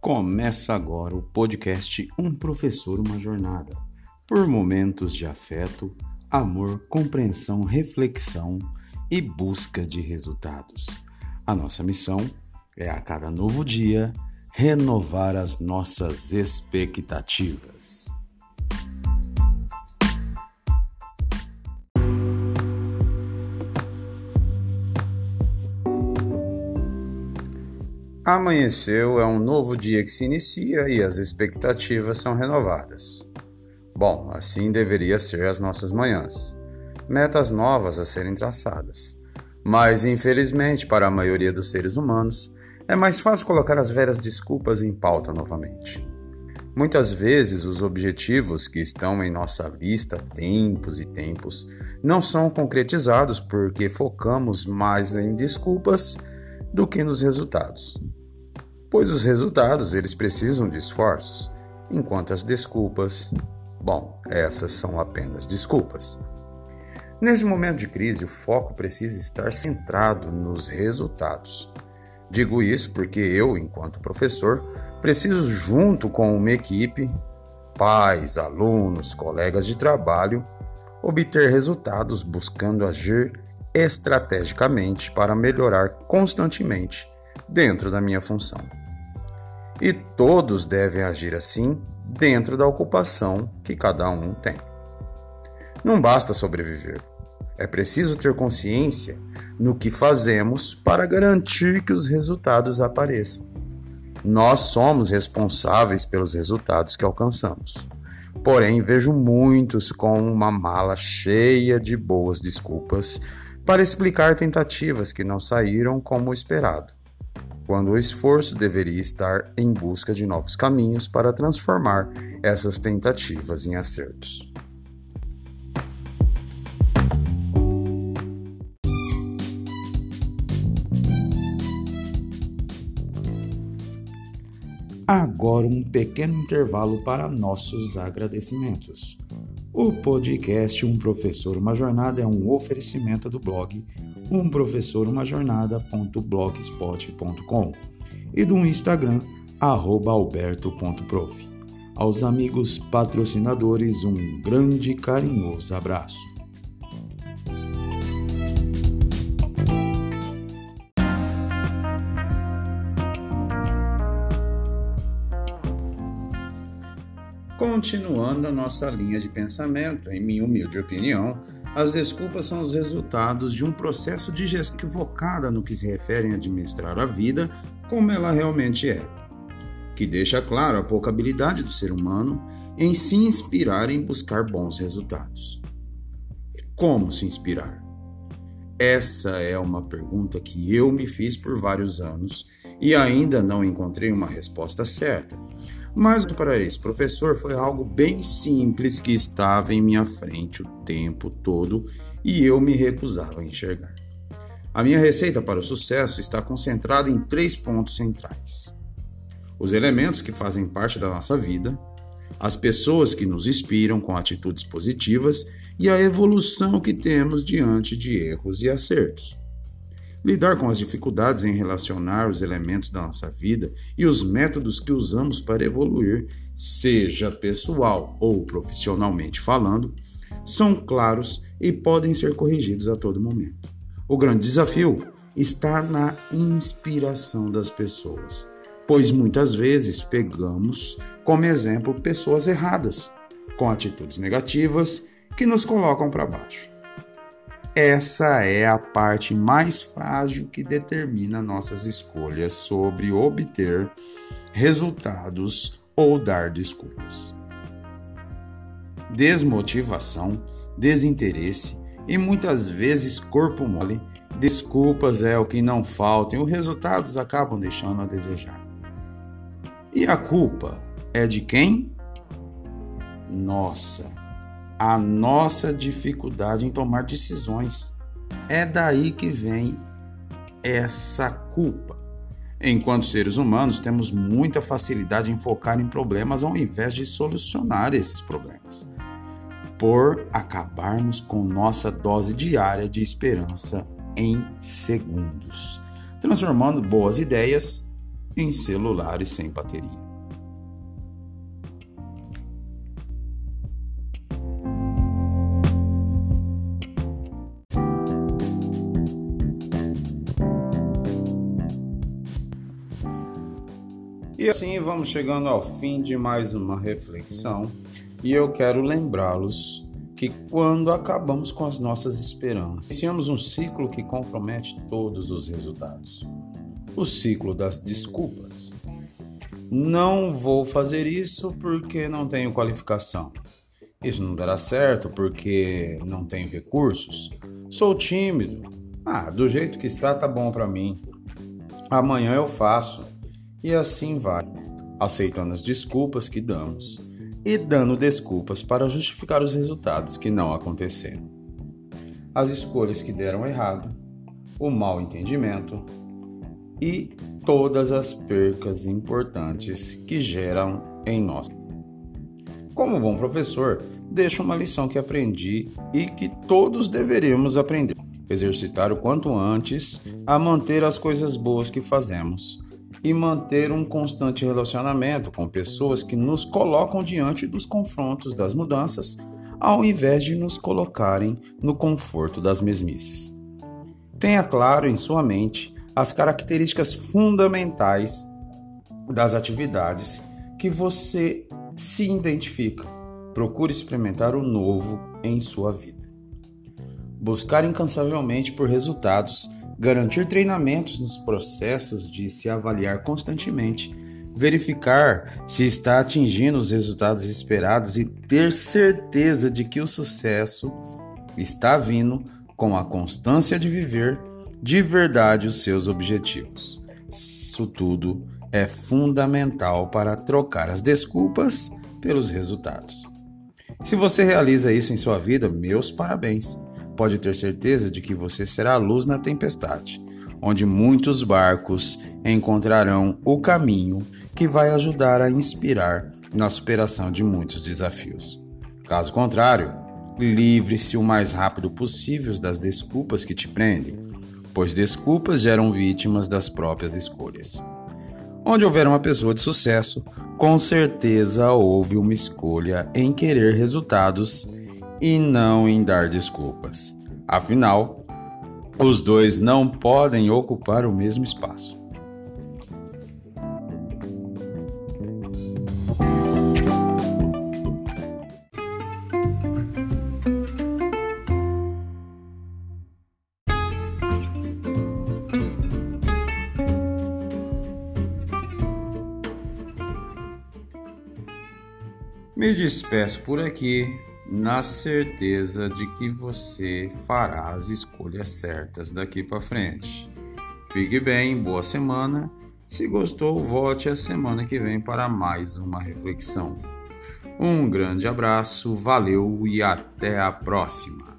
Começa agora o podcast Um Professor, Uma Jornada. Por momentos de afeto, amor, compreensão, reflexão e busca de resultados. A nossa missão é, a cada novo dia, renovar as nossas expectativas. Amanheceu, é um novo dia que se inicia e as expectativas são renovadas. Bom, assim deveria ser as nossas manhãs. Metas novas a serem traçadas. Mas, infelizmente, para a maioria dos seres humanos, é mais fácil colocar as velhas desculpas em pauta novamente. Muitas vezes, os objetivos que estão em nossa lista há tempos e tempos não são concretizados porque focamos mais em desculpas do que nos resultados. Pois os resultados, eles precisam de esforços, enquanto as desculpas, essas são apenas desculpas. Nesse momento de crise, o foco precisa estar centrado nos resultados. Digo isso porque eu, enquanto professor, preciso, junto com uma equipe, pais, alunos, colegas de trabalho, obter resultados buscando agir estrategicamente para melhorar constantemente dentro da minha função. E todos devem agir assim dentro da ocupação que cada um tem. Não basta sobreviver. É preciso ter consciência no que fazemos para garantir que os resultados apareçam. Nós somos responsáveis pelos resultados que alcançamos. Porém, vejo muitos com uma mala cheia de boas desculpas para explicar tentativas que não saíram como esperado, quando o esforço deveria estar em busca de novos caminhos para transformar essas tentativas em acertos. Agora um pequeno intervalo para nossos agradecimentos. O podcast Um Professor, Uma Jornada é um oferecimento do blog umprofessorumajornada.blogspot.com e do Instagram @alberto.prof. Aos amigos patrocinadores, um grande e carinhoso abraço. Continuando a nossa linha de pensamento, em minha humilde opinião, as desculpas são os resultados de um processo de gestão equivocada no que se refere a administrar a vida como ela realmente é, que deixa claro a pouca habilidade do ser humano em se inspirar em buscar bons resultados. E como se inspirar? Essa é uma pergunta que eu me fiz por vários anos e ainda não encontrei uma resposta certa. Mas para esse professor foi algo bem simples que estava em minha frente o tempo todo e eu me recusava a enxergar. A minha receita para o sucesso está concentrada em 3 pontos centrais: os elementos que fazem parte da nossa vida, as pessoas que nos inspiram com atitudes positivas e a evolução que temos diante de erros e acertos. Lidar com as dificuldades em relacionar os elementos da nossa vida e os métodos que usamos para evoluir, seja pessoal ou profissionalmente falando, são claros e podem ser corrigidos a todo momento. O grande desafio está na inspiração das pessoas, pois muitas vezes pegamos como exemplo pessoas erradas, com atitudes negativas que nos colocam para baixo. Essa é a parte mais frágil que determina nossas escolhas sobre obter resultados ou dar desculpas. Desmotivação, desinteresse e muitas vezes corpo mole, desculpas é o que não falta e os resultados acabam deixando a desejar. E a culpa é de quem? A nossa dificuldade em tomar decisões. É daí que vem essa culpa. Enquanto seres humanos, temos muita facilidade em focar em problemas ao invés de solucionar esses problemas, por acabarmos com nossa dose diária de esperança em segundos, transformando boas ideias em celulares sem bateria. E assim vamos chegando ao fim de mais uma reflexão, e eu quero lembrá-los que quando acabamos com as nossas esperanças, iniciamos um ciclo que compromete todos os resultados. O ciclo das desculpas. Não vou fazer isso porque não tenho qualificação. Isso não dará certo porque não tenho recursos. Sou tímido. Do jeito que está, tá bom para mim. Amanhã eu faço. E assim vai, aceitando as desculpas que damos e dando desculpas para justificar os resultados que não aconteceram. As escolhas que deram errado, o mau entendimento e todas as percas importantes que geram em nós. Como bom professor, deixo uma lição que aprendi e que todos deveríamos aprender. Exercitar o quanto antes a manter as coisas boas que fazemos e manter um constante relacionamento com pessoas que nos colocam diante dos confrontos das mudanças, ao invés de nos colocarem no conforto das mesmices. Tenha claro em sua mente as características fundamentais das atividades que você se identifica. Procure experimentar o novo em sua vida. Buscar incansavelmente por resultados, garantir treinamentos nos processos de se avaliar constantemente, verificar se está atingindo os resultados esperados e ter certeza de que o sucesso está vindo com a constância de viver de verdade os seus objetivos. Isso tudo é fundamental para trocar as desculpas pelos resultados. Se você realiza isso em sua vida, meus parabéns. Pode ter certeza de que você será a luz na tempestade, onde muitos barcos encontrarão o caminho que vai ajudar a inspirar na superação de muitos desafios. Caso contrário, livre-se o mais rápido possível das desculpas que te prendem, pois desculpas geram vítimas das próprias escolhas. Onde houver uma pessoa de sucesso, com certeza houve uma escolha em querer resultados e não em dar desculpas. Afinal, os dois não podem ocupar o mesmo espaço. Me despeço por aqui, na certeza de que você fará as escolhas certas daqui para frente. Fique bem, boa semana. Se gostou, volte a semana que vem para mais uma reflexão. Um grande abraço, valeu e até a próxima!